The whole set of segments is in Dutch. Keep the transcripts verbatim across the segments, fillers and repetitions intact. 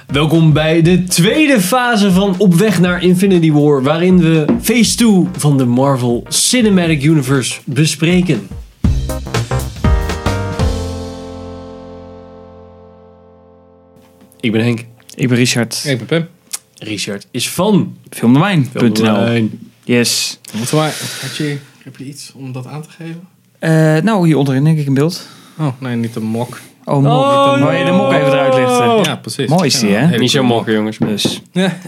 Welkom bij de tweede fase van Op weg naar Infinity War, waarin we Phase twee van de Marvel Cinematic Universe bespreken. Ik ben Henk. Ik ben Richard. Ik ben Pim. Richard is van Filmdomein punt n l. Yes. Moeten wij, had je, heb je iets om dat aan te geven? Uh, nou, hier onderin denk ik een beeld. Oh, nee, niet de mok. Oh, mok. Oh, Wil je de mok even eruit lichten? Ja, precies. Mooi is die, ja, hè? Niet zo mokken, jongens. Dus.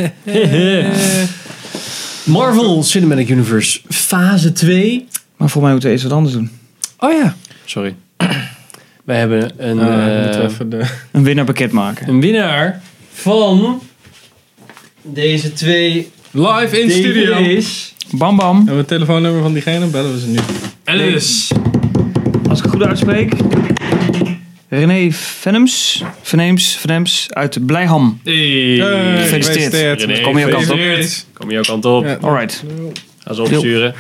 Marvel Cinematic Universe Fase twee. Maar voor mij moeten we eens wat anders doen. Oh ja. Sorry. Wij hebben een, Uh, uh, moeten we even de... Een winnaarpakket maken. een winnaar van deze twee Live in studio. Is Bam bam. Hebben we het telefoonnummer van diegene? Bellen we ze nu. Alice. Als ik het goed uitspreek. René Venems. Venems. Venems uit Blijham. Hey. Hey, Gefeliciteerd. René, Kom je jouw kant op. gefeliciteerd. Kom je jouw kant op. Ja. Alright. Ga ze opsturen.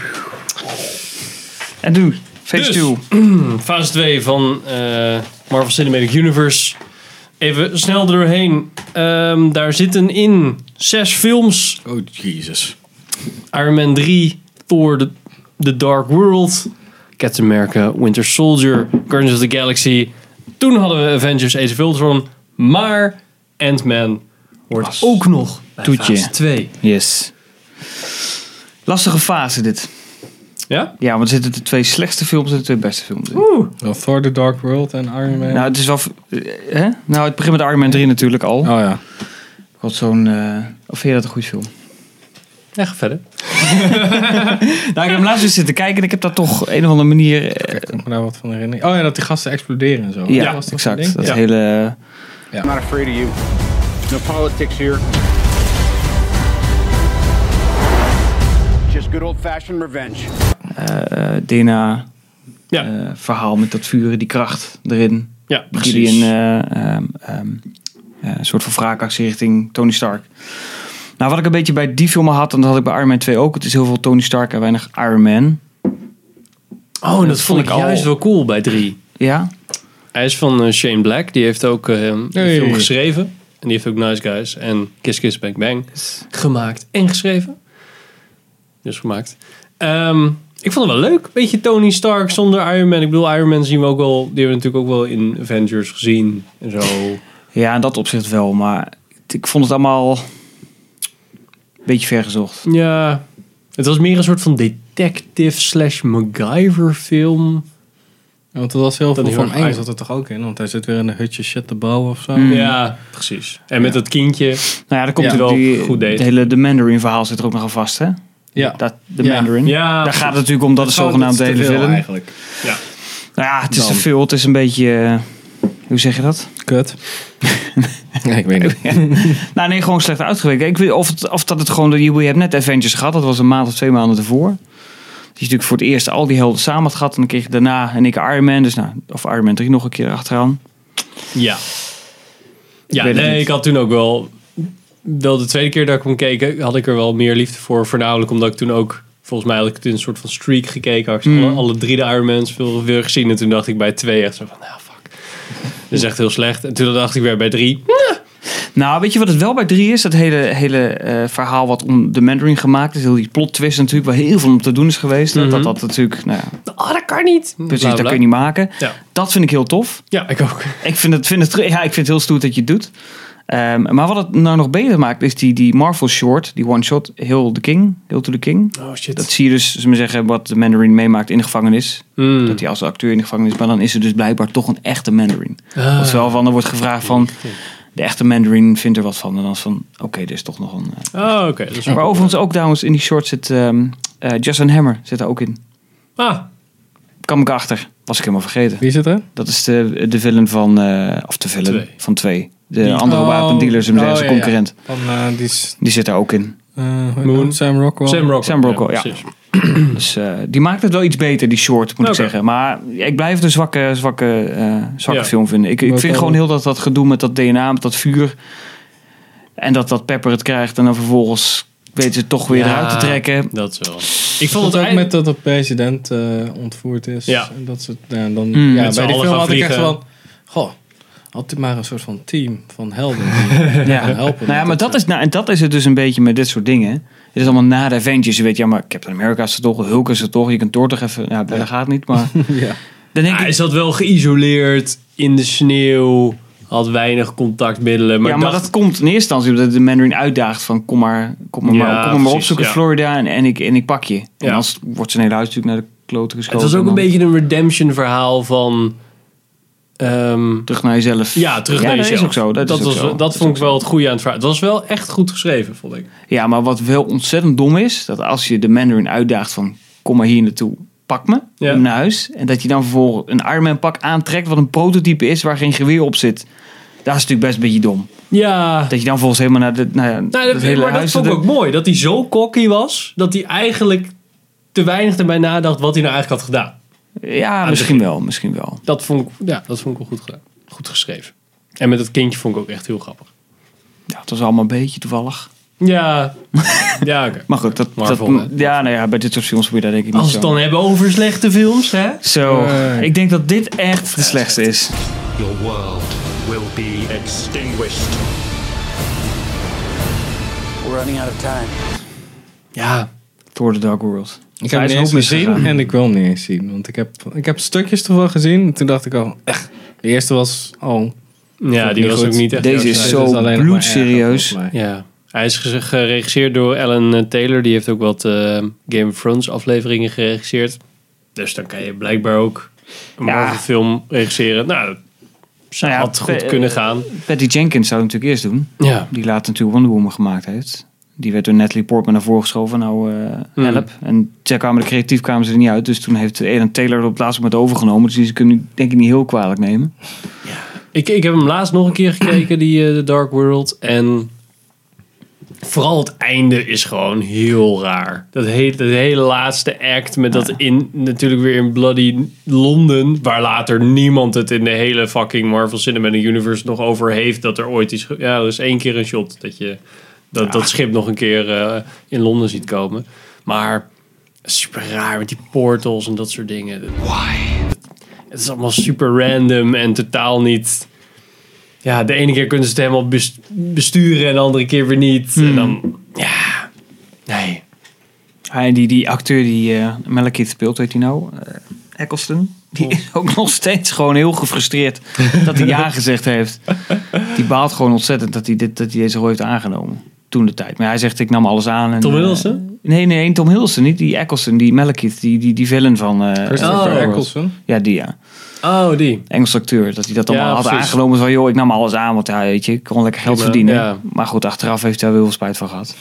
En nu. Phase Dus. twee. Fase twee van uh, Marvel Cinematic Universe. Even snel er doorheen. Um, daar zitten in zes films. Oh, Jesus. Iron Man drie, Thor The, The Dark World, Captain America, Winter Soldier, Guardians of the Galaxy. Toen hadden we Avengers Age of Ultron. Maar Ant-Man hoort Was. ook nog bij Toetje. fase twee. Yes. Lastige fase dit. Ja? Ja, want er zitten de twee slechtste films en de twee beste films in. Oeh. Well, Thor The Dark World en Iron Man. Nou, het is wel... eh, Hè? Nou, het begint met Iron Man drie natuurlijk al. Oh ja. Wat zo'n... Uh, of vind je dat een goede film? Ja, ga verder. Nou, ik heb hem laatst weer zitten kijken en ik heb daar toch op een of andere manier... Uh, Kijk, kan ik me daar wat van herinneren. Oh ja, dat die gasten exploderen en zo. ja, Was dat exact. zo'n Dat ding? hele... Ja. I'm not afraid of you. No politics here. Just good old-fashioned revenge. Uh, D N A. Ja. Uh, verhaal met dat vuren, die kracht erin. Ja, Precies. precies. Die een uh, um, um, uh, soort van wraakactie richting Tony Stark. Nou, wat ik een beetje bij die film had, en dat had ik bij Iron Man twee ook. Het is heel veel Tony Stark en weinig Iron Man. Oh, en dat, dat vond ik al- juist wel cool bij drie. Ja? Hij is van uh, Shane Black. Die heeft ook uh, de Hey. film geschreven. En die heeft ook Nice Guys en Kiss Kiss Bang Bang gemaakt en geschreven. Dus gemaakt. Um, ik vond het wel leuk. Beetje Tony Stark zonder Iron Man. Ik bedoel, Iron Man zien we ook wel. Die hebben we natuurlijk ook wel in Avengers gezien. En zo. Ja, in dat opzicht wel. Maar ik vond het allemaal een beetje vergezocht. Ja, het was meer een soort van detective slash MacGyver film. Ja, want er was heel Dat veel heel van erg eng uit. zat er toch ook in. Want hij zit weer in een hutje shit te bouwen of zo. Mm. Ja, precies. En met dat kindje. Nou ja, daar komt Ja, er wel wel die, goed deed. het hele The Mandarin verhaal zit er ook nog aan vast, hè? Ja. Dat, de Ja. Mandarin. Ja, Daar gaat het natuurlijk om, dat is zogenaamd de hele film. eigenlijk. Ja. Nou ja, het is Dan. te veel. Het is een beetje... uh, hoe zeg je dat? Kut. Nee, ik weet niet. Nou nee, gewoon slecht uitgewerkt. Ik weet of, het, of dat het gewoon... Je hebt net Avengers gehad. Dat was een maand of twee maanden ervoor. Dat je natuurlijk voor het eerst al die helden samen had gehad. En dan kreeg je daarna en ik Iron Man. Dus nou, of Iron Man drie nog een keer achteraan. Ja. Ja, weet het nee, niet. ik had toen ook wel... Wel de tweede keer dat ik hem keek, had ik er wel meer liefde voor. Voornamelijk omdat ik toen ook... Volgens mij had ik toen een soort van streak gekeken. Had ik Mm. alle, alle drie de Iron Mans veel, veel gezien. En toen dacht ik bij twee echt zo van... Nou, fuck. Dat is echt heel slecht. En toen dacht ik weer bij drie... Nou, weet je wat het wel bij drie is? Dat hele, hele uh, verhaal wat om de Mandarin gemaakt is. Heel die plot twist natuurlijk. Waar heel veel om te doen is geweest. Mhm. Dat dat natuurlijk... Nou ja, Oh, dat kan niet. precies, Bla, dat bla. kun je niet maken. Ja. Dat vind ik heel tof. Ja, ik ook. Ik vind het, vind het, ja, ik vind het heel stoer dat je het doet. Um, maar wat het nou nog beter maakt, is die, die Marvel short, die one shot, Hail the King, Hail to the King. Oh, shit. Dat zie je dus, zullen we zeggen, wat de Mandarin meemaakt in de gevangenis. Mm. Dat hij als acteur in de gevangenis is, maar dan is er dus blijkbaar toch een echte Mandarin. Ah. Oftewel van, er wordt gevraagd van, de echte Mandarin vindt er wat van. En dan is van, oké, okay, er is toch nog een... Uh... Oh, oké. Okay. Dat is wel Maar cool. overigens ook trouwens in die short zit um, uh, Justin Hammer, zit er ook in. Ah, Kwam ik achter, was ik helemaal vergeten. Wie zit er? Dat is de, de villain van, uh, of de villain Twee. van twee. De Die- andere Oh. wapendealer, zullen we zeggen, Oh, zijn ja, ja. concurrent. Van, uh, die is... Die zit daar ook in. Uh, hoe heet Moon. dat? Sam Rockwell. Sam Rockwell. Sam Rockwell, ja. precies. Dus uh, die maakt het wel iets beter, die short, moet Oké. ik zeggen. Maar ik blijf het een zwakke, zwakke, uh, zwakke Ja. film vinden. Ik, ik Welke vind al- gewoon heel dat, dat gedoe met dat D N A, met dat vuur. En dat dat Pepper het krijgt en dan vervolgens weten ze het toch weer Ja, eruit te trekken. Dat is wel. Ik Ik vond vond het het ook eind- met dat de president uh, ontvoerd is. Ja. En dat soort, ja, dan, Mm. ja, Met z'n bij die allen film gaan had ik echt vliegen. van... Goh, altijd maar een soort van team van helden die Ja. gaan helpen. Nou ja, maar met dat het, is, nou, en dat is het dus een beetje met dit soort dingen. Het is allemaal na de Avengers. Je weet, ja, maar Captain America is er toch, Hulk is er toch. Je kunt Thor toch even... Ja, dat gaat niet, maar... ja. Dan denk Hij ik, zat wel geïsoleerd in de sneeuw. Had weinig contactmiddelen. Maar ja, maar dacht, dat komt in eerste instantie omdat de Mandarin uitdaagt van kom maar, kom maar, Ja, maar, kom maar, maar precies, opzoeken in ja. Florida en, en, ik, en ik pak je. En Ja. dan wordt zijn hele huis natuurlijk naar de kloten het geschoten. was ook en een dan beetje een redemption verhaal van... ehm, terug naar jezelf. ja, terug Ja, naar dat jezelf. is ook zo. Dat, Dat, is ook was, zo. dat vond ik wel het goede aan het verhaal. Het was wel echt goed geschreven, vond ik. Ja, maar wat wel ontzettend dom is, dat als je de Mandarin uitdaagt van kom maar hier naartoe, pak me, Ja. neem naar huis. En dat je dan vervolgens een Iron Man pak aantrekt wat een prototype is waar geen geweer op zit. Dat is natuurlijk best een beetje dom. Ja, Dat je dan volgens helemaal naar de, nou ja, nou, dat dat, hele maar dat huis... vond ik ook mooi. Dat hij zo cocky was, dat hij eigenlijk te weinig erbij nadacht wat hij nou eigenlijk had gedaan. Ja, het misschien begin. wel, misschien wel. Dat vond ik, ja, dat vond ik wel goed gedaan. Goed geschreven. En met dat kindje vond ik ook echt heel grappig. Ja, het was allemaal een beetje toevallig. Ja, ja oké. Maar goed, dat, Marvel, dat, hè? ja, nou ja, bij dit soort films moet je daar denk ik niet Als we zo... het dan hebben over slechte films, hè? Zo, Nee. ik denk dat dit echt de slechtste is. Your world will be extinguished. We're running out of time. Ja, Thor The Dark World. Ik heb Hij hem is niet eens ook misgegaan. gezien en ik wil hem niet eens zien. Want ik heb, ik heb stukjes ervan gezien. Toen dacht ik al, echt. De eerste was al... ja die niet was goed. ook niet echt... Deze is jouw zo stijl. Het alleen nog maar bloedserieus. erger, volgens mij. Ja, hij is ge- geregisseerd door Alan eh, Taylor. Die heeft ook wat eh, Game of Thrones afleveringen geregisseerd. Dus dan kan je blijkbaar ook een Ja. Marvel film regisseren. Nou, dat zou Nou ja, had goed pe- kunnen gaan. Patty Jenkins zou het natuurlijk eerst doen. Ja, Die later natuurlijk Wonder Woman gemaakt heeft. Die werd door Natalie Portman naar voren geschoven. Nou, eh Mm. help. En toen kwamen de creatief kwamen ze er niet uit. Dus toen heeft Alan Taylor op het laatste moment overgenomen. Dus die ze kunnen nu denk ik niet heel kwalijk nemen. ik, ik heb hem laatst nog een keer gekeken, die eh, The Dark World. En vooral het einde is gewoon heel raar. Dat hele, dat hele laatste act met dat in, natuurlijk weer in Bloody Londen, waar later niemand het in de hele fucking Marvel Cinematic Universe nog over heeft dat er ooit iets... ge- Ja, er is één keer een shot dat je dat, dat schip nog een keer eh, in Londen ziet komen. Maar super raar met die portals en dat soort dingen. Why? Het is allemaal super random en totaal niet... Ja, de ene keer kunnen ze het helemaal best- besturen en de andere keer weer niet. En dan... Ja... Nee. Hij, die, die acteur die uh, Malekith speelt, weet hij nou? Uh, Eccleston. Die is ook nog steeds gewoon heel gefrustreerd dat hij ja gezegd heeft. Die baalt gewoon ontzettend dat hij, dit, dat hij deze rol heeft aangenomen. Toen de tijd. Maar hij zegt, ik nam alles aan. En, Tom uh, Hiddleston? nee, nee, nee, Tom Hiddleston. Niet die Eccleston, die Malekith. Die, die, die villain van... Uh, Christopher Oh. Eccleston. ja, die ja. Oh, die. Engelse acteur. Dat hij dat allemaal Ja, had precies. aangenomen. Van, joh, ik nam alles aan. Want ja, weet je, ik kon lekker geld Prima, verdienen. ja. Maar goed, achteraf heeft hij wel heel veel spijt van gehad.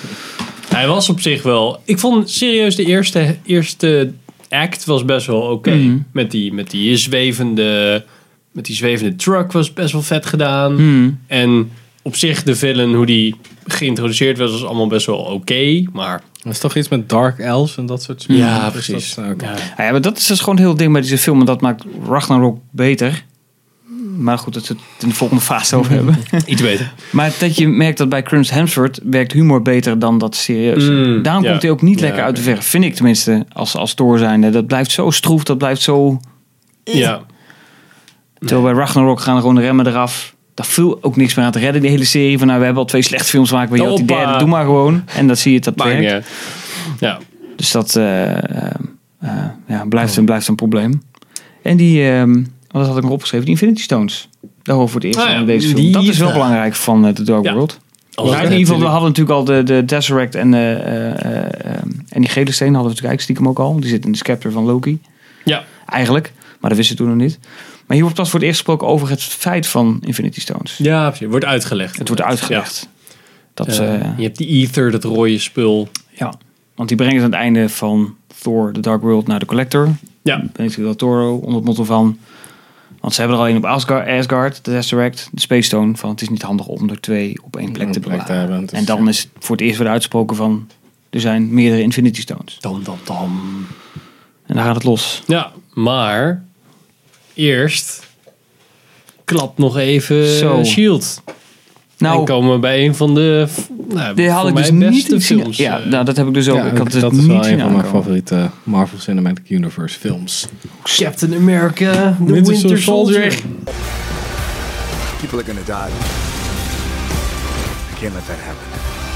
Hij was op zich wel... Ik vond serieus de eerste, eerste act was best wel oké. Mhm. Met, die, met die zwevende... Met die zwevende truck was best wel vet gedaan. Hmm. En op zich de villain, hoe die geïntroduceerd was, was allemaal best wel oké. maar Dat is toch iets met Dark Elves en dat soort spelen? ja, Dus precies. dat- oké. Ja. Ja, maar dat is dus gewoon heel het ding bij deze film. En dat maakt Ragnarok beter. Maar goed, dat we het in de volgende fase over hebben. Iets beter. Maar dat je merkt dat bij Chris Hemsworth werkt humor beter dan dat serieus. Mm, Daarom ja. komt hij ook niet Ja, lekker uit de oké. verf. Vind ik tenminste, als, als Thor zijnde. Dat blijft zo stroef, dat blijft zo... Ja. Terwijl bij Ragnarok gaan gewoon de remmen eraf. Daar viel ook niks meer aan te redden, die hele serie. Van nou, we hebben al twee slechte films gemaakt. Maar je had die Hoppa. derde, doe maar gewoon. En dan zie je dat Maakt niet werkt. uit. Ja. Dus dat uh, uh, uh, ja, blijft, een, blijft een probleem. En die, um, wat had ik nog opgeschreven? Die Infinity Stones. Daar horen we voor het eerst Ah, van ja, in deze film. die- Dat is wel ja. belangrijk van uh, The Dark Ja. World. Oh, Nou, ja, in ieder geval, we natuurlijk. hadden natuurlijk al de, de Tesseract en, uh, uh, uh, en die gele steen hadden we natuurlijk eigenlijk stiekem ook al. Die zit in de scepter van Loki. Ja. Eigenlijk. Maar dat wisten we toen nog niet. Maar hier wordt pas voor het eerst gesproken over het feit van Infinity Stones. Ja, precies. Wordt uitgelegd. Het wordt uitgelegd. Dat, Ja. uh, Je hebt die ether, dat rode spul. ja. Want die brengen het aan het einde van Thor, The Dark World, naar de Collector. Ja. Benicio del Toro, onder het motto van... Want ze hebben er alleen op Asgard, Asgard de Tesseract, de Space Stone... van het is niet handig om er twee op één plek te plek te bewaren. hebben. Het is- En dan is het voor het eerst weer uitsproken van... er zijn meerdere Infinity Stones. Dam, dam, dam. En dan gaat het los. Ja, maar eerst klapt nog even Zo. Shield. Nou, en komen we bij een van de f- nou, die had voor ik mij dus niet beste zien. films. Ja, eh. nou, dat heb ik dus ook. Ja, ik had het dat niet is wel zien een van mijn aankomen. favoriete Marvel Cinematic Universe films. Captain America, The Winter Winter, Soldier. Soldier. People are gonna die. I can't let that happen.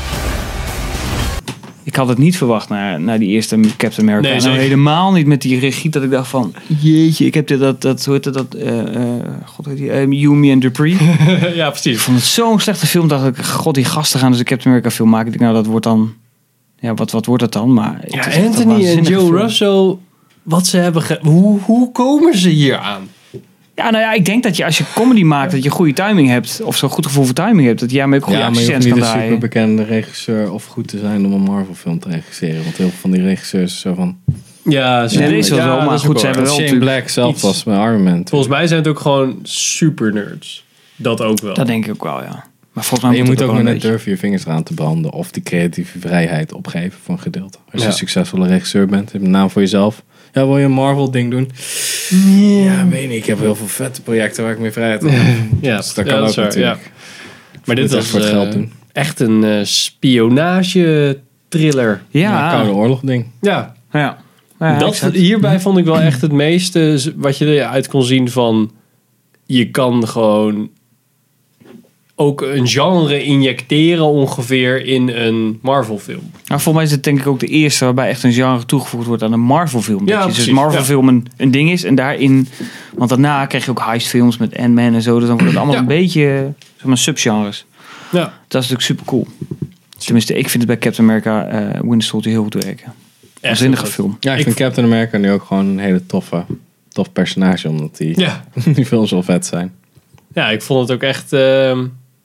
Ik had het niet verwacht na, na die eerste Captain America. Nee, nou, zeker. helemaal niet met die regie dat ik dacht van... Jeetje, ik heb dit, dat, dat, hoe heet het, dat... Uh, uh, God, hoe heet die? Uh, You, Me and Dupree. Ja, Ik precies. vond het zo'n slechte film. Dacht ik, god, die gasten gaan dus een Captain America film maken. Ik dacht, nou, dat wordt dan... Ja, wat, wat wordt dat dan? Maar het Ja, is echt een Anthony en waanzinnige Joe film. Russo, wat ze hebben... Ge- hoe, hoe komen ze hier aan? Ja, nou ja, ik denk dat je als je comedy maakt, dat je goede timing hebt. Of zo'n goed gevoel voor timing hebt. Dat jij met goede Ja, maar je hoeft accents niet kan een draaien. superbekende regisseur of goed te zijn om een Marvel film te regisseren. Want heel veel van die regisseurs zo van... Ja, ze Nee, deze was wel, maar dat is goed, ook ze wel hebben waar. wel Shane natuurlijk Black zelf iets- was met Iron Man. Volgens mij zijn het ook gewoon super nerds. Dat ook wel. Dat denk ik ook wel, ja. Maar volgens mij Maar je moet moet het ook wel maar een net beetje. durven je vingers eraan te branden. Of die creatieve vrijheid opgeven voor een gedeelte. Als je Ja. een succesvolle regisseur bent, heb je een naam voor jezelf. Ja, wil je een Marvel ding doen? Ja, weet niet. Ik heb heel veel vette projecten waar ik mee vrijheid heb. Ja, Dus dat ja, kan dat ook is waar, natuurlijk. ja. Maar dit moet was echt voor het eh, geld doen. echt een eh, spionage-thriller. Ja, Koude Ja, Oorlog ding. Ja, ja. ja dat, exact. hierbij vond ik wel echt het meeste z- wat je eruit kon zien van... Je kan gewoon ook een genre injecteren ongeveer in een Marvel film. Nou, volgens mij is het denk ik ook de eerste waarbij echt een genre toegevoegd wordt aan een Marvel film. Ja, dat je dus precies, Marvel ja. film een, een ding is en daarin... Want daarna krijg je ook heistfilms met Ant-Man en zo. Dus dan wordt het allemaal Ja. een beetje zeg maar, subgenres. Ja, Dat is natuurlijk super cool. Tenminste, ik vind het bij Captain America uh, Winter Soldier heel goed werken. Een zinnige goed. film. Ja, ik, Ik vind Captain America nu ook gewoon een hele toffe, tof personage. Omdat die, Ja. die films wel vet zijn. Ja, ik vond het ook echt ehm,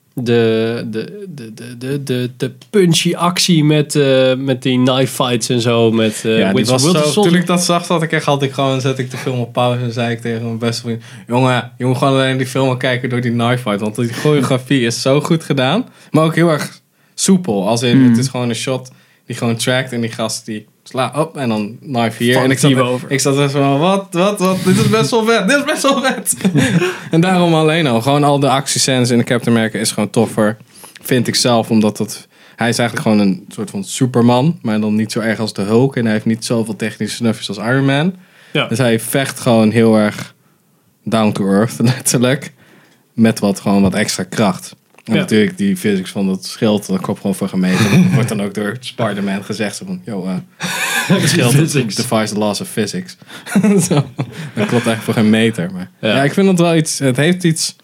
de, de, de, de, de, de, de punchy actie met, eh, met die knife fights en zo. Met, uh, Ja, die was Winter zo, Soldier. toen ik dat zag, had ik echt altijd gewoon, zet ik de film op pauze en zei ik tegen mijn beste vriend, jongen, je moet gewoon alleen die film kijken door die knife fight, want die choreografie is zo goed gedaan, maar ook heel erg soepel, als in, Mm. het is gewoon een shot die gewoon trackt en die gast die slaat op en dan knife hier. Vangt En ik zat, die boven. ik zat echt van, wat, wat, wat, dit is best wel vet, dit is best wel vet. En daarom alleen al, gewoon al de actiescènes in de Captain America is gewoon toffer, vind ik zelf, omdat het... Hij is eigenlijk gewoon een soort van Superman, maar dan niet zo erg als de Hulk. En hij heeft niet zoveel technische snufjes als Iron Man. Ja. Dus hij vecht gewoon heel erg down to earth, letterlijk. Met wat, gewoon wat extra kracht. En Ja. natuurlijk die physics van dat schild, dat komt gewoon voor gemeten. Dat wordt dan ook door Spider-Man gezegd. Zo van, yo, uh, het schild Physics. defies the laws of physics. Zo. Dat klopt eigenlijk voor geen meter. Maar Ja. ja. ik vind het wel iets, het heeft iets,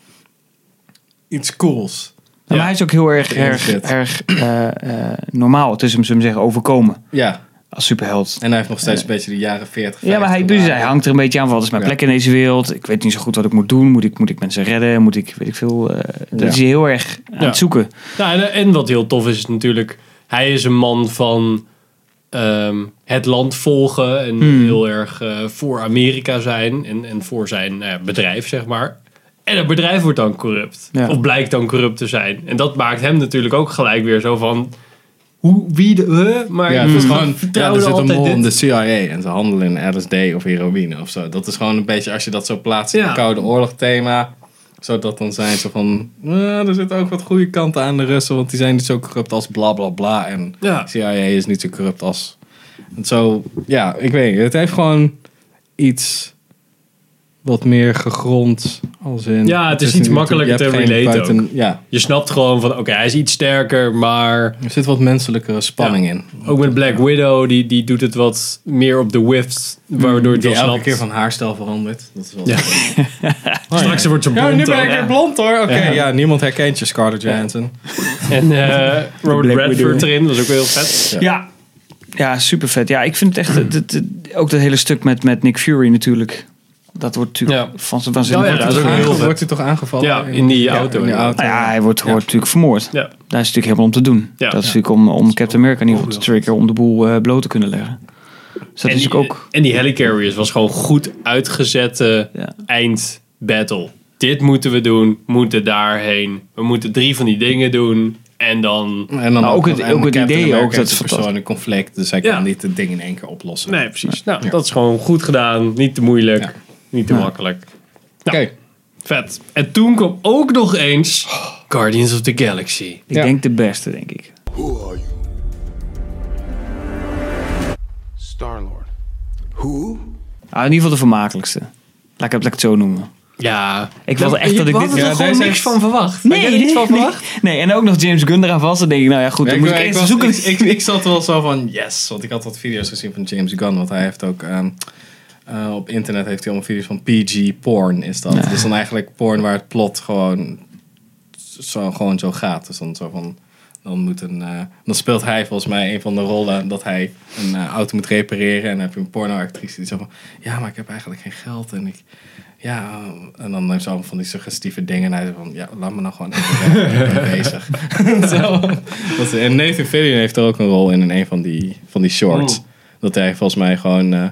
iets cools. Ja, maar hij is ook heel erg, Erin erg, zit. erg uh, uh, normaal. Het is hem, zullen we zeggen, overkomen. Ja, Als superheld. en hij heeft nog steeds een beetje de jaren veertig. Ja, maar hij, dus hij hangt er een beetje aan van, wat is mijn Ja. plek in deze wereld? Ik weet niet zo goed wat ik moet doen. Moet ik, moet ik mensen redden? Moet ik, weet ik veel. Uh, dat Ja. is hij heel erg aan Ja. het zoeken. Nou, en, en wat heel tof is, is natuurlijk... Hij is een man van ehm, het land volgen. En Hmm. heel erg eh, voor Amerika zijn. En, en voor zijn nou ja, bedrijf, zeg maar. En dat bedrijf wordt dan corrupt. Ja. Of blijkt dan corrupt te zijn. En dat maakt hem natuurlijk ook gelijk weer zo van... Hoe, wie de... huh? Maar Ja, het is gewoon, ja, vertrouwde er zit een altijd mol in dit. de C I A en ze handelen in L S D of heroïne of zo. Dat is gewoon een beetje, als je dat zo plaatst in Ja. het Koude Oorlog thema, zou dat dan zijn zo van, nou, er zitten ook wat goede kanten aan de Russen, want die zijn niet zo corrupt als bla bla bla. En Ja. C I A is niet zo corrupt als... En zo, ja, ik weet niet. Het heeft gewoon iets wat meer gegrond als in... Ja, het is iets niet- makkelijker je hebt te geen relaten buiten- Ja, Je snapt gewoon van... Oké, hij is iets sterker, maar... er zit wat menselijke spanning Ja. in. Ook met Black Widow, die, die doet het wat meer op de whiffs. Waardoor het Die wel elke snapt. keer van haarstijl verandert. Dat is wel Ja. Straks wordt ze Ja, blond nu ben ik dan. weer blond hoor. Oké, Ja. ja. niemand herkent je, Scarlett Johansson. En eh Robert Black Redford Widow. erin, dat was ook wel heel vet. Ja, ja super vet. Ja, ik vind het echt... het- het- het- ook dat hele stuk met, met Nick Fury natuurlijk. Dat wordt natuurlijk Ja. van zijn waanzinnig. Ja, ja, wordt dat is het ook heel gedaan. vet. Wordt hij toch aangevallen? Ja, in die auto. in die auto. Nou ja, hij wordt, Ja. wordt natuurlijk vermoord. Ja. Daar is het natuurlijk helemaal om te doen. Ja. Dat is natuurlijk om, om Captain America in ieder geval te triggeren, om de boel uh, bloot te kunnen leggen. Dus dat En is die, ook... en die helicarriers was gewoon goed uitgezette Ja. eindbattle. Dit moeten we doen, moeten daarheen. We moeten drie van die dingen doen. En dan... En dan Maar ook het- en ook het Captain idee America ook, dat heeft is een persoonlijk conflict. Dus hij Ja. kan niet het ding in één keer oplossen. Nee, precies. Nou, dat is gewoon goed gedaan. Niet te moeilijk. Ja. Niet te Ja. makkelijk. Oké. Nou, vet. En toen kwam ook nog eens Guardians of the Galaxy. Ik Ja. denk de beste, denk ik. Who are you? Star-Lord. Who? Ah, in ieder geval de vermakelijkste. Laat ik het, laat ik het zo noemen. Ja. Ik wilde echt dat ik We dit... hadden er Ja, gewoon deze niks heeft- van verwacht. Had jij er niks van verwacht? Nee, en ook nog James Gunn eraan vast. Dan denk ik, nou ja, goed, dan Ja, moet ik ik, eerst was- zoeken. ik, ik, ik zat wel zo van yes, want ik had wat video's gezien van James Gunn, want hij heeft ook ehm, uh, op internet heeft hij allemaal video's van P G porn is dat. Ja. Dus dan eigenlijk porn waar het plot gewoon zo, gewoon zo gaat. Dus dan zo van dan moet een uh, dan speelt hij volgens mij een van de rollen dat hij een uh, auto moet repareren en dan heb je een pornoactrice die zo van ja, maar ik heb eigenlijk geen geld en ik ja, en dan heeft ze allemaal van die suggestieve dingen. En hij zegt van, ja, laat me nou gewoon even werken. Ik ben bezig. Zo. Dat, en Nathan Fillion heeft er ook een rol in, in een van die, van die shorts. Mm. Dat hij volgens mij gewoon... Uh,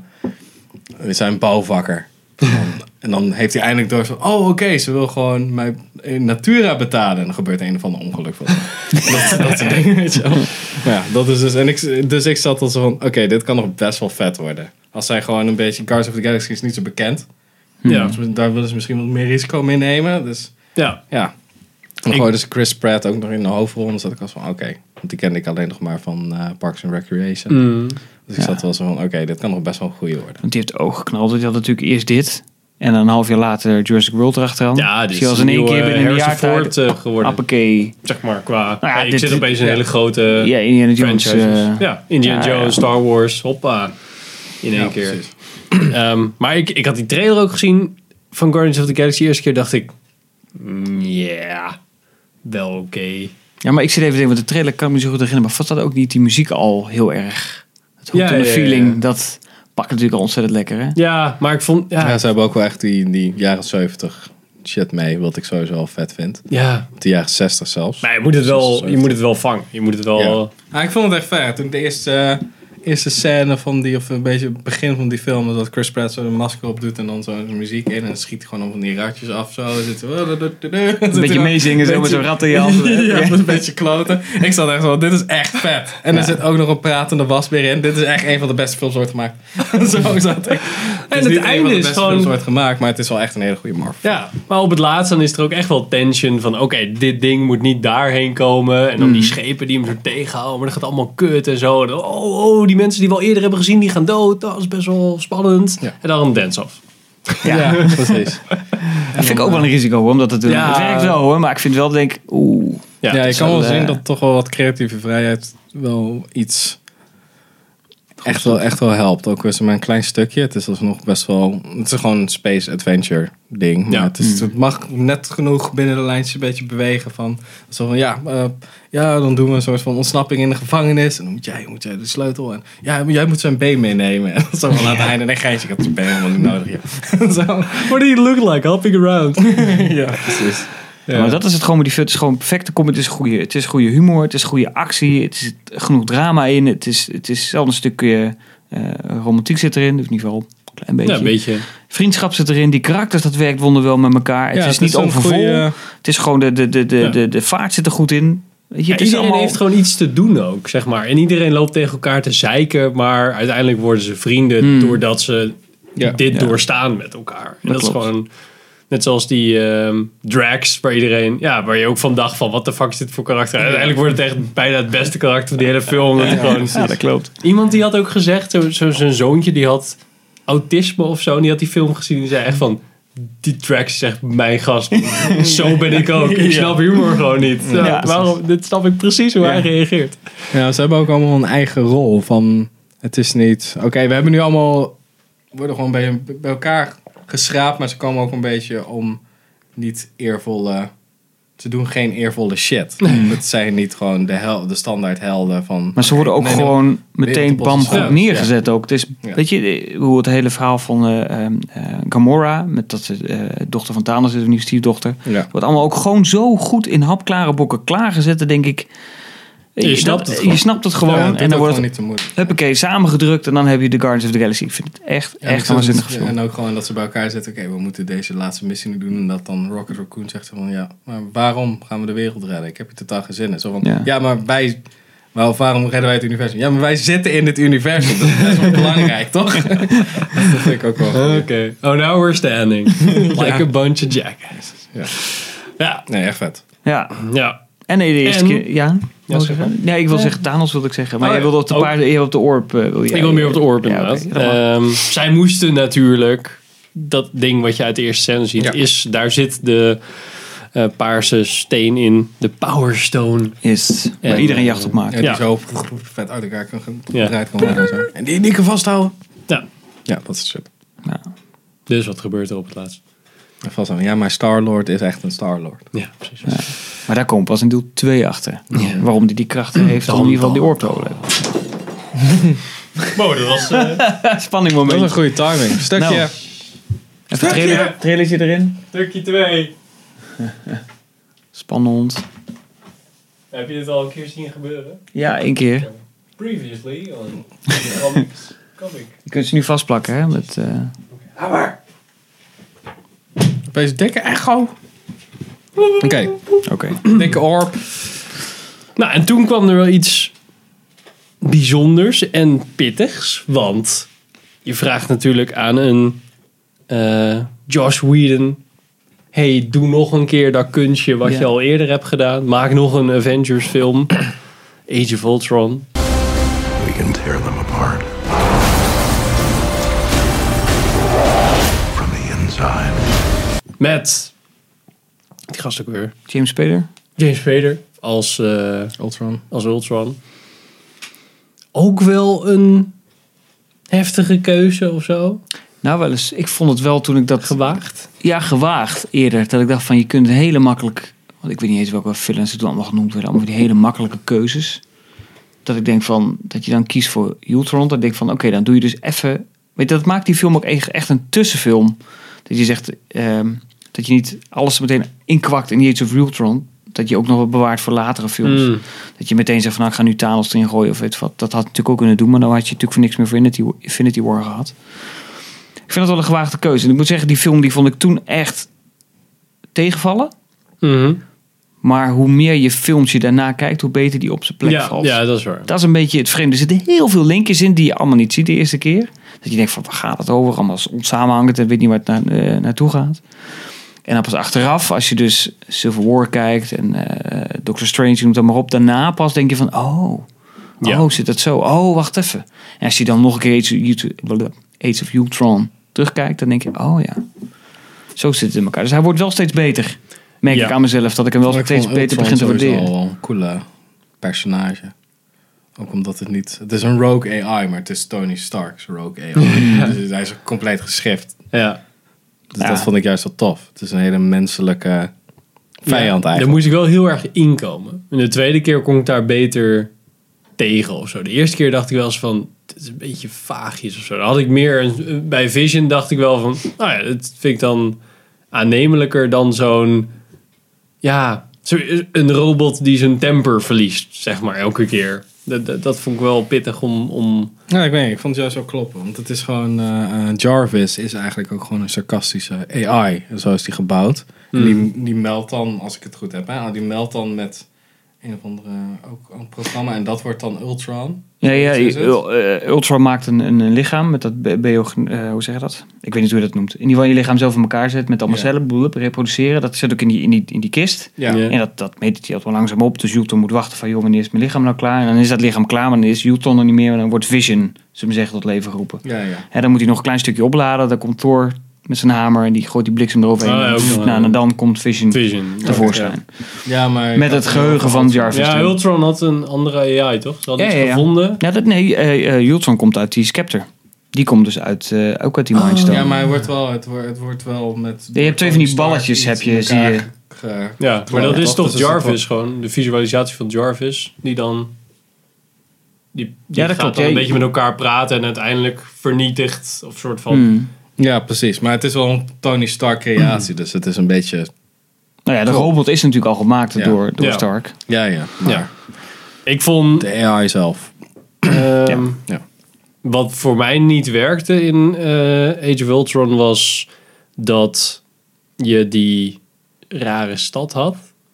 we zijn bouwvakker. En dan, en dan heeft hij eindelijk door van... Oh, oké, okay, ze wil gewoon mij in Natura betalen. En dan gebeurt een of ander ongeluk. Van. dat, dat soort dingen, weet je wel. Maar ja, dat is dus... En ik, dus ik zat al zo van... Oké, okay, dit kan nog best wel vet worden. Als zij gewoon een beetje... Guardians of the Galaxy is niet zo bekend. Ja. Dus daar willen ze misschien wat meer risico mee nemen. Dus Ja. ja. En dan Ik- gooiden ze Chris Pratt ook nog in de hoofdrol. En dan zat ik als van, oké. Okay. Want die kende ik alleen nog maar van uh, Parks and Recreation. Mm. Dus ik Ja. zat wel zo van, oké, okay, dit kan nog best wel een goede worden. Want die heeft oog geknald. Die had natuurlijk eerst dit. En dan een half jaar later Jurassic World erachteraan. Ja, dus dit die is was in één nieuwe keer binnen een Harrison jaar Ford tijd. uh, geworden. Appakee. Zeg maar, qua... Nou ja, ik dit- zit opeens in een ja. hele grote Ja, Indiana Jones. franchises. eh, ja, Indiana ja, ja. Jones, Star Wars, hoppa. In één Ja, keer. precies. Um, maar ik, ik had die trailer ook gezien van Guardians of the Galaxy. De eerste keer dacht ik... mm, Ja, wel oké. Ja, maar ik zit even te denken, want de trailer kan ik me zo goed herinneren. Maar vast dat ook niet die muziek al heel erg... Het Ja, hoekt en de ja, ja, feeling, ja. dat pakt natuurlijk al ontzettend lekker, hè? Ja, maar ik vond... Ja, Ja, ze hebben ook wel echt die, die jaren zeventig shit mee. Wat ik sowieso al vet vind. ja. De jaren zestig zelfs. Maar je moet het wel, je moet het wel vangen. Je moet het wel... Ja. Ah, ik vond het echt vet. Toen de eerste, uh, eerste scène van die, of een beetje het begin van die film, dat Chris Pratt zo een masker op doet en dan zo muziek in en dan schiet hij gewoon van die ratjes af zo. Dan zit hij- Een beetje meezingen, zo met zo'n rat in je hand. Ja, met een beetje kloten. Ik zat echt zo, dit is echt vet. En er zit ook nog een pratende wasbeer in. Dit is echt een van de beste films ooit gemaakt. Zo zat ik. En is het niet een van einde de is beste gewoon... films ooit gemaakt, maar het is wel echt een hele goede Marvel. Ja, maar op het laatst dan is er ook echt wel tension van... Oké, dit ding moet niet daarheen komen. En dan die schepen die hem zo tegenhouden. Maar dat gaat allemaal kut en zo. En dan, oh, oh, die mensen die we al eerder hebben gezien, die gaan dood. Dat is best wel spannend. Ja. En dan een dance-off. Ja, precies. Dat vind ik ook wel een risico, hoor, omdat het, Ja. het werkt wel, hoor. Maar ik vind wel, denk ik, oeh. Ja, het je is kan wel wel, zien eh, dat toch wel wat creatieve vrijheid wel iets echt wel, echt wel helpt. Ook is maar een klein stukje. Het is alsnog best wel... Het is gewoon een space adventure ding. Maar Ja. het, is, het mag net genoeg binnen de lijntjes een beetje bewegen van... Zo van, ja, uh, ja, dan doen we een soort van ontsnapping in de gevangenis. En dan moet jij, moet jij de sleutel. En ja, jij moet zijn been meenemen. En zo van aan het einde. Nee, geintje, ik had zijn been helemaal niet nodig. Ja. Zo. What do you look like? Hopping around. Ja, precies. Ja. Maar dat is het gewoon met die film. Het is gewoon perfecte comedy. Het is goede, het is goede humor. Het is goede actie. Het is genoeg drama in. Het is, het is zelfs een stukje uh, romantiek zit erin. Dus in ieder geval een klein beetje. Ja, een beetje. Vriendschap zit erin. Die karakters, dat werkt wonderwel met elkaar. Het Ja, is niet een overvol. goeie- Het is gewoon de, de, de, de, Ja. de, de vaart zit er goed in. Weet je, Ja, het is iedereen allemaal... heeft gewoon iets te doen ook, zeg maar. En iedereen loopt tegen elkaar te zeiken. Maar uiteindelijk worden ze vrienden Hmm. doordat ze Ja. dit Ja. doorstaan met elkaar. En Dat dat, is klopt. gewoon... Net zoals die ehm drags, waar iedereen... Ja, waar je ook van dacht van, wat de fuck is dit voor karakter? En uiteindelijk wordt het echt bijna het beste karakter van die hele film. Omdat hij gewoon, Ja, dat klopt. iemand die had ook gezegd, zo, zo, zijn zoontje, die had autisme of zo. En die had die film gezien en die zei echt van... Die drags is echt mijn gast. Zo ben ik ook. Ik snap humor gewoon niet. Ja, Ja, waarom? Dit snap ik precies hoe Ja. hij reageert. Ja, ze hebben ook allemaal een eigen rol. Van, het is niet... Oké, we hebben nu allemaal... We worden gewoon bij, bij elkaar geschraapt. Maar ze komen ook een beetje om niet eervolle... Ze doen geen eervolle shit. Het zijn niet gewoon de, hel, de standaard helden van... Maar ze worden ook Nee, nee, gewoon meteen op onze bam schouders. goed neergezet ook. Het is, Ja. weet je, hoe het hele verhaal van eh, eh, Gamora, met dat ze eh, dochter van Thanos is, een nieuwe stiefdochter, Ja. wordt allemaal ook gewoon zo goed in hapklare bokken klaargezet. Dan denk ik, Je dat- snapt het je gewoon. snapt het gewoon. Ja, het en dan wordt gewoon het, niet te moeilijk. huppakee, samengedrukt en dan heb je de Guardians of the Galaxy. Ik vind het echt, Ja, echt en een zo- waanzinnige film. En ook gewoon dat ze bij elkaar zitten. Oké, we moeten deze laatste missie nu doen. En dat dan Rocket Raccoon zegt van... Ja, maar waarom gaan we de wereld redden? Ik heb hier totaal geen zin in. Zo van, Ja. ja, maar wij... Maar waarom redden wij het universum? Ja, maar wij zitten in het universum. Dat is best wel belangrijk, toch? Dat vind ik ook wel goed. Oké. Oh, now we're standing. Like Ja. a bunch of jackasses. Ja. Ja. Nee, echt vet. Ja, Ja. en nee, de eerste En- keer, ja? Wil zeg ik maar. zeggen? Nee, ik wil zeggen, Thanos wilde ik zeggen. Maar Oh, jij ja. wilde op de Ook. paarden, je op de orb. eh, wil jij, Ik wil meer op de orb Ja, inderdaad. oké, dat mag. Ehm, zij moesten natuurlijk dat ding wat je uit de eerste scène ziet, Ja. is, daar zit de uh, paarse steen in. De Power Stone. Is waar En, iedereen jacht op maakt. Ja, die Ja. zo vet uit elkaar kan Ja. gedraaid kan worden en zo. En die, die kan vasthouden. Ja. Ja, dat is shit. Ja. Dus wat gebeurt er op het laatst? Vasthouden. Ja, maar Star-Lord is echt een Star-Lord. Ja, precies. Maar daar komt pas in deel twee achter. Ja. Waarom hij die krachten heeft om in ieder geval die oor te houden. Wow, dat was... Uh, Spanning Dat is moment. een goede timing. Stukje. Nou. Even trailer, trailertje erin. stukje twee. Spannend. Heb je dit al een keer zien gebeuren? Ja, één keer. Previously on comics. Comic. Je kunt ze nu vastplakken, hè? Met, uh... Opeens dikke echo. Oké, Oké. dikke orb. Nou, en toen kwam er wel iets bijzonders en pittigs. Want je vraagt natuurlijk aan een uh, Joss Whedon... Hey, doe nog een keer dat kunstje wat Ja. je al eerder hebt gedaan. Maak nog een Avengers film. Age of Ultron. We can tear them apart. From the inside. Met... Die gast ook weer. James Spader. James Spader als, uh, Ultron. als Ultron. Ook wel een heftige keuze of zo. Nou, wel eens. Ik vond het wel toen ik dat... Gewaagd. Ja, gewaagd eerder. Dat ik dacht van, je kunt hele makkelijk... Want ik weet niet eens welke villains het toen allemaal genoemd werden. Allemaal die hele makkelijke keuzes. Dat ik denk van... Dat je dan kiest voor Ultron. Dat ik denk van, oké, okay, dan doe je dus even... Weet je, dat maakt die film ook echt, echt een tussenfilm. Dat je zegt... Um, dat je niet alles meteen inkwakt in die Age of Ultron. Dat je ook nog wat bewaart voor latere films. Mm. Dat je meteen zegt van, nou, ik ga nu Thanos erin gooien of weet wat. Dat had je natuurlijk ook kunnen doen. Maar dan had je natuurlijk voor niks meer voor Infinity, Infinity War gehad. Ik vind dat wel een gewaagde keuze. En ik moet zeggen, die film die vond ik toen echt tegenvallen. Mm-hmm. Maar hoe meer je films je daarna kijkt, hoe beter die op zijn plek Ja, valt. ja, dat is waar. Dat is een beetje het vreemde. Er zitten heel veel linkjes in die je allemaal niet ziet de eerste keer. Dat je denkt van, waar gaat het over? Allemaal onsamenhangend en weet niet waar het na, uh, naartoe gaat. En dan pas achteraf, als je dus Civil War kijkt en uh, Doctor Strange noemt dat maar op. Daarna pas denk je van, oh, Ja. oh, zit dat zo? Oh, wacht even. En als je dan nog een keer Age of, Age of Ultron terugkijkt, dan denk je, oh ja, zo zit het in elkaar. Dus hij wordt wel steeds beter. Merk Ja. ik aan mezelf, dat ik hem wel Maar ik steeds vond beter Ultron begin te sowieso waarderen. wel een coole personage. Ook omdat het niet... Het is een rogue A I, maar het is Tony Stark's rogue A I. Dus hij is compleet geschift. Ja. Dus Ja. dat vond ik juist wel tof. Het is een hele menselijke vijand Ja, eigenlijk. Daar moest ik wel heel erg inkomen. En de tweede keer kon ik daar beter tegen of zo. De eerste keer dacht ik wel eens van... Het is een beetje vaagjes of zo. Dan had ik meer... een- Bij Vision dacht ik wel van... Nou ja, dat vind ik dan aannemelijker dan zo'n... Ja, zo- een robot die zijn temper verliest, zeg maar, elke keer. Dat, dat, dat vond ik wel pittig om... om Ja, ik weet niet. Ik vond het juist wel kloppen. Want het is gewoon... eh, eh, Jarvis is eigenlijk ook gewoon een sarcastische A I. Zo is die gebouwd. En die, die meldt dan, als ik het goed heb... Hè, die meldt dan met een of andere ook een programma. En dat wordt dan Ultron. Ja, ja, Is het? Ul- uh, Ultron maakt een, een, een lichaam met dat bio... Uh, hoe zeg je dat? Ik weet niet hoe je dat noemt. In ieder geval je lichaam zelf in elkaar zet met allemaal Ja. cellen, blub, reproduceren. Dat zit ook in die, in die, in die kist. Ja. Ja. En dat, dat meet hij altijd wel langzaam op. Dus Ultron moet wachten van, joh, wanneer is mijn lichaam nou klaar? En dan is dat lichaam klaar, maar dan is Ultron er niet meer. En dan wordt Vision, zullen we maar zeggen, tot leven geroepen. Ja, ja. En dan moet hij nog een klein stukje opladen. Dan komt Thor met zijn hamer en die gooit die bliksem eroverheen. Oh ja, ook nog, nou, ja. en dan komt Vision, Vision. tevoorschijn. Ja, maar... Met het geheugen van Jarvis. Ja, toen. Ultron had een andere A I, toch? Ze hadden Ja, iets ja, ja. gevonden. Ja, dat, nee, uh, uh, Ultron komt uit die Scepter. Die komt dus uit, uh, ook uit die Mindstone. Ja, maar het wordt wel, het wordt, het wordt wel met... Ja, je hebt twee van die balletjes, heb je, zie je. Ge, Ja, maar dat is toch Dus het Jarvis wordt- gewoon. De visualisatie van Jarvis. Die dan... Die, die Ja, dat gaat klopt, dan ja. een beetje met elkaar praten. En uiteindelijk vernietigt. Of soort van... Hmm. Ja, precies. Maar het is wel een Tony Stark creatie. Dus het is een beetje... Nou ja, de Klopt. robot is natuurlijk al gemaakt Ja. door, door Ja. Stark. Ja, ja. Maar Ja. Ik vond... de A I zelf. ehm, Ja. Wat voor mij niet werkte in eh, Age of Ultron was... Dat je die rare stad had.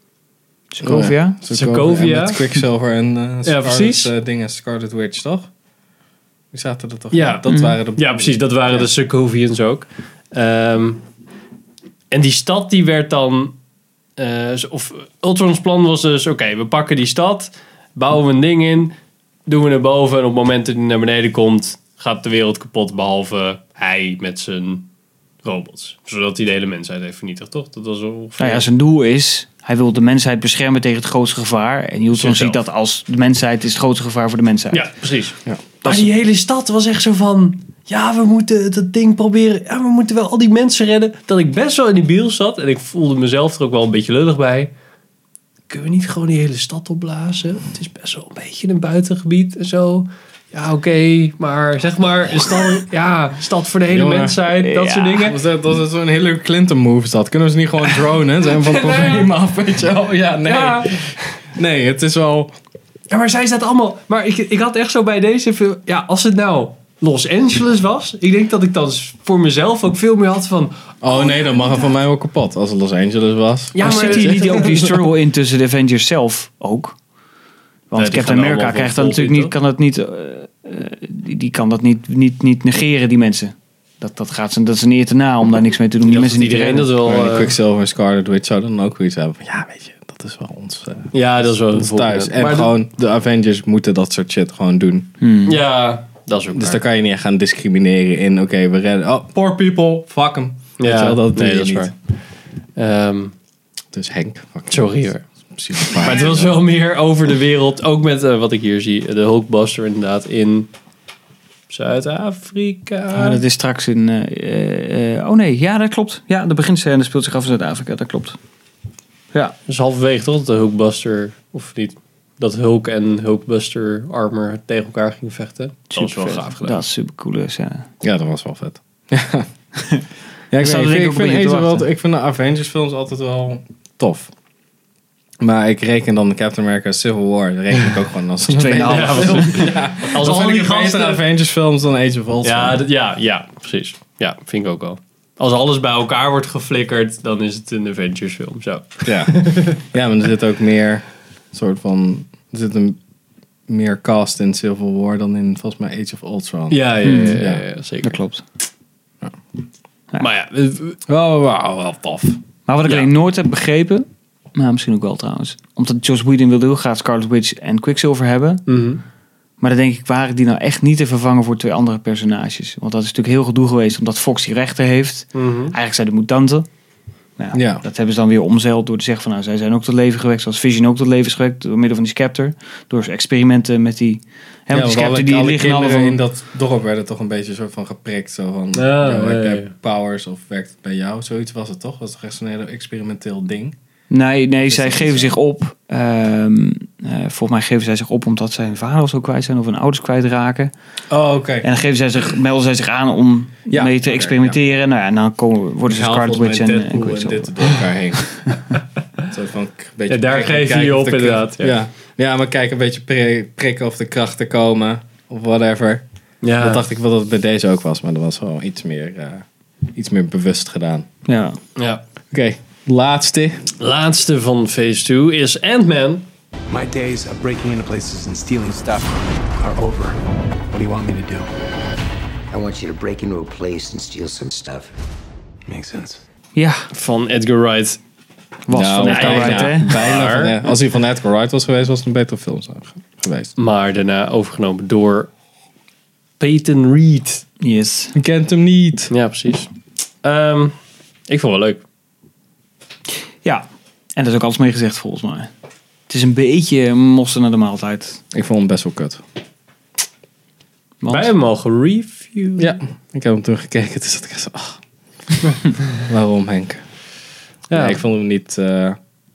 Sokovia. Sokovia. En met Quicksilver en uh, Scarlet, precies. eh, dingen, Scarlet Witch, toch? Die zaten er toch? Ja. Dat waren de... Ja, precies. Dat waren Ja. de Sokovians ook. Ehm, en die stad die werd dan... eh, of Ultron's plan was dus... Oké, we pakken die stad. Bouwen we een ding in. Doen we naar boven. En op het moment dat hij naar beneden komt... Gaat de wereld kapot. Behalve hij met zijn robots. Zodat hij de hele mensheid heeft vernietigd, toch? Dat was ongeveer... Nou ja, zijn doel is... Hij wil de mensheid beschermen tegen het grootste gevaar. En Ultron Zichzelf. ziet dat als de mensheid is het grootste gevaar voor de mensheid. Ja, precies. Ja. Maar die hele stad was echt zo van... Ja, we moeten dat ding proberen. Ja, we moeten wel al die mensen redden. Dat ik best wel in die bios zat. En ik voelde mezelf er ook wel een beetje lullig bij. Kunnen we niet gewoon die hele stad opblazen? Het is best wel een beetje een buitengebied en zo. Ja, oké. Okay, maar zeg maar... Een stad, ja, stad voor de hele Jongen. mensheid. Dat Ja. soort dingen. Dat is, dat, dat is zo'n Hillary Clinton move is dat. Kunnen we ze niet gewoon dronen? Zijn we van het probleem af, weet je wel? Ja, nee. Ja. Nee, het is wel... Ja, maar zij staat allemaal... Maar ik, ik had echt zo bij deze film... Ja, als het nou Los Angeles was... Ik denk dat ik dan voor mezelf ook veel meer had van... Oh nee, dan mag het van mij wel kapot. Als het Los Angeles was. Ja, maar, maar zit hier niet ook die struggle in tussen de Avengers zelf ook? Want Nee, die Captain gaan America allemaal krijgt dat vol natuurlijk niet, in, kan dat niet, uh, uh, die, die kan dat niet, niet, niet negeren, die mensen. Dat, dat, gaat ze, dat is een eer te na om daar niks mee te doen. Die mensen niet te iedereen dat redden. wel... Maar die eh, Quicksilver en Scarlet Witch zouden dan ook weer iets hebben van... Ja, weet je, dat is wel ons, uh, ja, dat is wel ons een thuis. voorbeeld. En Maar gewoon, de Avengers moeten dat soort shit gewoon doen. Hmm. de- ja, dat is ook Dus waar. dan kan je niet echt gaan discrimineren in... Oké, okay, we redden... Oh, poor people, fuck them. Ja, dat doe nee, je dat is niet. waar. Ehm, Dus Henk, fuck sorry hoor. psychopaat. Maar het was wel meer over de wereld. Ook met uh, wat ik hier zie. De Hulkbuster inderdaad in Zuid-Afrika. Ah, dat is straks in... Uh, uh, uh, oh nee, ja, dat klopt. Ja, de beginscène speelt zich af in Zuid-Afrika, dat klopt. Ja. Dus halverwege toch dat de Hulkbuster, of niet, dat Hulk en Hulkbuster armor tegen elkaar gingen vechten. Dat was wel Supervet. gaaf gedaan. Dat is super coole scène. Ja, dat was wel vet. ja, ja ik, staat weet, er ik, denk ik vind, ook een ik, beetje vind te wel, wachten. ik vind de Avengers films altijd wel tof. Maar ik reken dan de Captain America Civil War. Dat reken ik ook gewoon als een tweeënhalf. Avengers film. Ja. Als Dat al vind die ik een betere gasten... Avengers films dan Age of Ultron. Ja, dat, ja, ja, precies. Ja, vind ik ook wel. Als alles bij elkaar wordt geflikkerd, dan is het een Avengers film. Zo. Ja. ja, maar er zit ook meer soort van... Er zit een meer cast in Civil War dan in volgens mij Age of Ultron. Ja, ja, ja, ja, Ja. ja, zeker. Dat klopt. Maar ja, eh, Wel, wel, wel tof. Maar wat ik Ja. alleen nooit heb begrepen... Nou, misschien ook wel trouwens. Omdat Joss Whedon wilde heel graag Scarlet Witch en Quicksilver hebben. mhm. Maar dan denk ik, waren die nou echt niet te vervangen voor twee andere personages? Want dat is natuurlijk heel gedoe geweest, omdat Fox die rechten heeft. Mhm. Eigenlijk zijn de mutanten. Nou ja, Ja. Dat hebben ze dan weer omzeild door te zeggen van, nou, zij zijn ook tot leven gewekt. Zoals Vision ook tot leven is gewekt door middel van die Scepter. Door experimenten met die... Hè, want die want Scepter die liggen alle kinderen van... in dat dorp werden toch een beetje een soort van geprikt. Zo van, Ja, yo, ja, ik ja, heb ja. powers of werkt het bij jou? Zoiets was het toch? Was toch echt zo'n hele experimenteel ding? Nee, nee, zij dat geven niet zo? zich op. Ehm, eh, volgens mij geven zij zich op omdat zijn vader of zo kwijt zijn of hun ouders kwijtraken. Oh, oké. En dan geven zij zich, melden zij zich aan om Ja, mee te oké, experimenteren. Nou ja, en dan komen, worden ze Scarlet Witch en, en en Quicksilver. dit door elkaar heen. Zo van, k- beetje Ja, daar prikken, geef je kijken je of op de kracht- inderdaad, ja. Ja. Ja. maar kijk, een beetje pri- prikken of de krachten komen. Of whatever. Ja. Dat dacht ik wel dat het bij deze ook was. Maar dat was wel iets meer, eh, iets meer bewust gedaan. Ja. ja. Oké, laatste. Laatste van phase twee is Ant-Man. My days of breaking into places and stealing stuff are over. What do you want me to do? I want you to break into a place and steal some stuff. Makes sense. Ja, Van Edgar Wright. was Nou, van Edgar bijna, Wright, hè? bijna Maar- van, eh, als hij van Edgar Wright was geweest, was het een betere film zou- geweest. Maar daarna overgenomen door Peyton Reed. Yes. Je kent hem niet. Ja, precies. Ehm, ik vond het wel leuk. Ja, en dat is ook alles mee gezegd volgens mij. Het is een beetje mossen naar de maaltijd. Ik vond hem best wel kut. Want- Wij hebben hem al gereviewd. Ja, ik heb hem toen gekeken. Dus dat ik zo, ach. Waarom, Henk? Ja. Ja, ik vond hem niet... eh,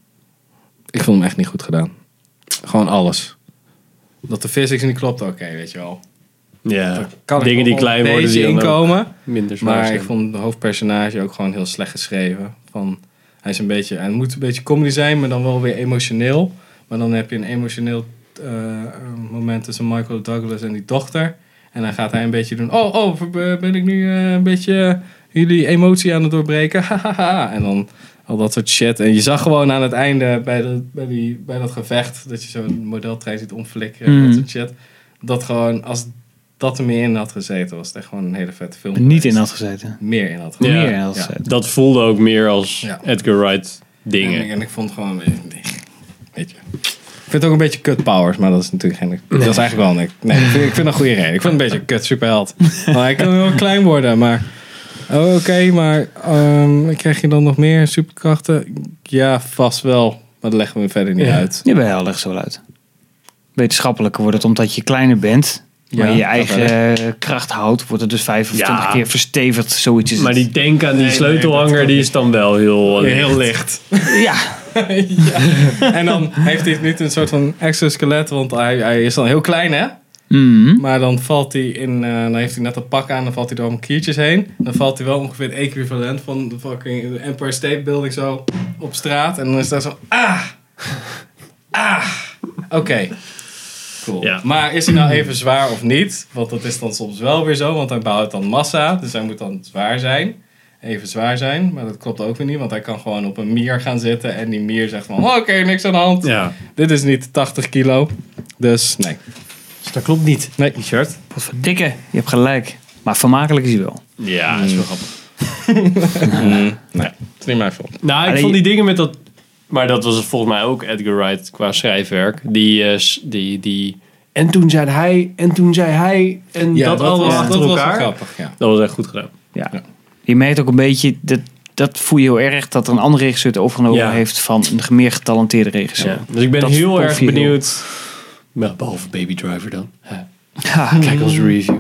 ik vond hem echt niet goed gedaan. Gewoon alles. Dat de physics niet klopt, oké, weet je wel. Ja. Kan ik Dingen die wel klein een worden, die beetje dan ook inkomen. minder zwaar Maar zijn. ik vond de hoofdpersonage ook gewoon heel slecht geschreven. Van, hij is een beetje... Hij moet een beetje comedy zijn, maar dan wel weer emotioneel. Maar dan heb je een emotioneel eh, moment tussen Michael Douglas en die dochter. En dan gaat hij een beetje doen... Oh, oh, ben ik nu eh, een beetje jullie emotie aan het doorbreken? Hahaha. En dan al dat soort shit. En je zag gewoon aan het einde bij, de, bij, die, bij dat gevecht... dat je zo'n modeltrein ziet omflikkeren en Mhm. dat soort shit. Dat gewoon, als dat er meer in had gezeten... was het echt gewoon een hele vette film Niet geweest. in had gezeten. Meer in had Ja. gezeten. Meer in had Ja. gezeten. Dat voelde ook meer als Ja. Edgar Wright En, dingen. ik- en ik vond gewoon... nee, Weet je... Ik vind het ook een beetje kut powers, maar dat is natuurlijk geen... Dat is eigenlijk wel niks. Nee, ik vind, ik vind een goede reden. Ik vind het een beetje een kut superheld. Maar hij kan wel klein worden, maar... Oh, oké, okay, maar um, krijg je dan nog meer superkrachten? Ja, vast wel. Maar dat leggen we verder niet Ja. uit. Jawel, leg zo wel uit. Wetenschappelijker wordt het omdat je kleiner bent. Maar Ja, je dat eigen kracht houdt. Wordt het dus vijfentwintig Ja. keer verstevigd. Zoiets is Maar het. die denk aan die Nee, sleutelhanger, nee, dat die is dan wel heel... uh, Heel licht. Ja, En dan heeft hij niet een soort van exoskelet, want hij, hij is dan heel klein, hè? Mhm. Maar dan valt hij in, uh, dan heeft hij net dat pak aan, dan valt hij door allemaal kiertjes heen. Dan valt hij wel ongeveer het equivalent van de fucking Empire State Building zo op straat. En dan is dat zo, ah, ah, oké. Okay. Cool. Ja. Maar is hij nou even zwaar of niet? Want dat is dan soms wel weer zo, want hij bouwt dan massa. Dus hij moet dan zwaar zijn. Even zwaar zijn. Maar dat klopt ook weer niet, want hij kan gewoon op een mier gaan zitten. En die mier zegt van, oh, oké, okay, niks aan de hand. Ja, Dit is niet tachtig kilo. Dus nee. dus dat klopt niet. Nee. Richard? wat voor dikke. Je hebt gelijk. Maar vermakelijk is hij wel. Ja, dat is wel grappig. Nee, het is niet mijn fault. Nou, ik Allee, vond die dingen met dat... Maar dat was volgens mij ook Edgar Wright qua schrijfwerk. Die, uh, s- die, die... En toen zei hij, en toen zei hij... En dat, allemaal was, achter dat was wel elkaar. grappig, ja. Dat was echt goed gedaan. Ja. Je merkt ook een beetje... Dat, dat voel je heel erg. Dat er een andere regisseur het overgenomen Ja. heeft. Van een meer getalenteerde regisseur. Ja. Dus ik ben Dat heel proef erg je heel. benieuwd... Nou, behalve Baby Driver dan. Ja. Ja. Kijk onze review.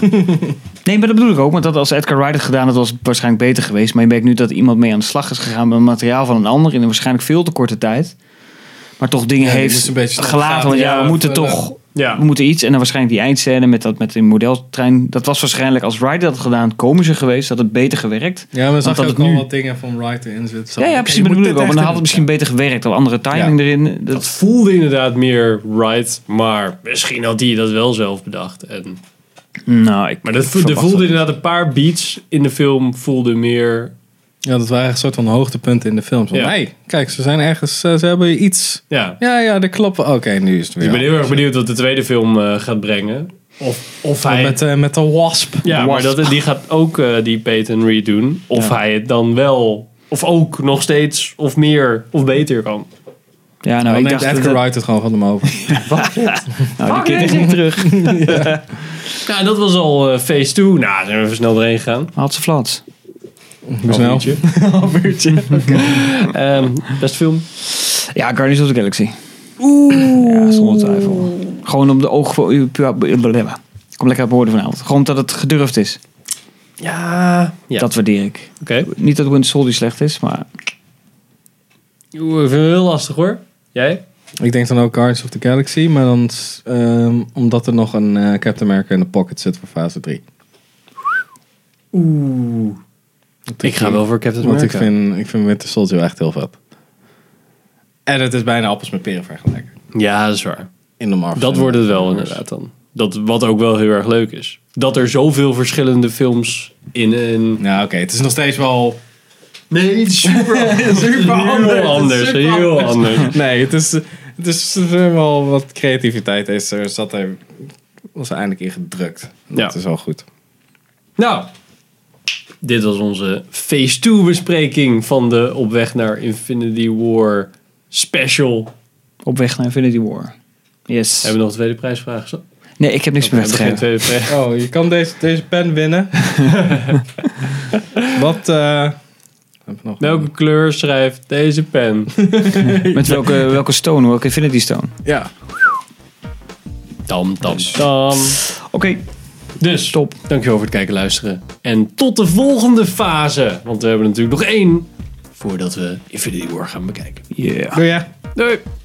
Nee, maar dat bedoel ik ook. Want dat als Edgar Wright het gedaan had, was het waarschijnlijk beter geweest. Maar je merkt nu dat iemand mee aan de slag is gegaan met materiaal van een ander in een waarschijnlijk veel te korte tijd. Maar toch dingen Ja, die moest heeft een beetje snel gelaten. gaan, Want ja, ja, we moeten vullen. toch, Ja. we moeten iets. En dan waarschijnlijk die eindscène met dat met de modeltrein. Dat was waarschijnlijk als Wright dat had gedaan, komischer geweest. Dat het beter gewerkt. Ja, maar zag dat je ook het al nu- wat dingen van Wright erin zitten. Ja, ja, precies. Maar dat bedoel ik ook. Maar dan had het misschien beter gewerkt. Al andere timing erin. Dat, Dat voelde inderdaad meer right. Maar misschien had hij dat wel zelf bedacht. En, nou, ik, maar dat ik vo- er verwacht voelde het. inderdaad een paar beats in de film voelde meer... Ja, dat waren een soort van hoogtepunten in de film. Van, Ja. hey, kijk, ze zijn ergens, uh, ze hebben iets. Ja. Ja, ja, dat klopt. Oké, okay, nu is het weer. Ik ben heel af. erg benieuwd wat de tweede film uh, gaat brengen. Of, of hij... Met, uh, met de wasp. ja, De maar wasp. dat, die gaat ook uh, die Peyton Reed doen. Of Ja. hij het dan wel... Of ook nog steeds... Of meer... Of beter kan. Ja, nou, Dan ik neemt dacht... Edgar dat- Wright het gewoon van hem over. nou, die keer is niet terug. Ja, en dat was al uh, phase two. Nou, zijn we even snel doorheen gegaan. Had ze flats. Hoe snel? Half uurtje. um, best film. Ja, Guardians of the Galaxy. Oeh. Ja, zonder twijfel. Gewoon om de oog voor u. Kom lekker op woorden vanavond. Gewoon omdat het gedurfd is. Ja. ja. Dat waardeer ik. Oké. Niet dat Winter Soldier slecht is, maar... Oeh, ik vind het heel lastig hoor. Jij? Ik denk dan ook Guardians of the Galaxy. Maar dan um, omdat er nog een uh, Captain America in de pocket zit voor fase drie. Oeh. Ik ga wel voor Captain Want America. ik vind, ik vind Winter Soldier echt heel vet. En het is bijna appels met peren vergelijken. Ja, dat is waar. In de Marvel. Dat wordt het wel inderdaad dan. Dat, wat ook wel heel erg leuk is. Dat er zoveel verschillende films in een... Ja, oké. Okay. Het is nog steeds wel... Nee, niet super, super anders. Heel anders. Super Heel anders. anders. Nee, het is, het is wel wat creativiteit is er. Zat er was er eindelijk in gedrukt. Dat Ja. is wel goed. Nou, dit was onze phase two bespreking van de Op weg naar Infinity War special. Op weg naar Infinity War. Yes. Hebben we nog een tweede prijsvraag? Zo? Nee, ik heb niks We meer weg te hebben geen geven. tweede prijs. Oh, je kan deze, deze pen winnen. Wat... Uh, nog Welke kleur schrijft deze pen? Met welke, welke stone? Welke Infinity Stone? Ja. Tam, tam, tam. Oké. Dus, Top. dankjewel voor het kijken en luisteren. En tot de volgende fase. Want we hebben natuurlijk nog één voordat we Infinity War gaan bekijken. Yeah. Doe ja. Doei!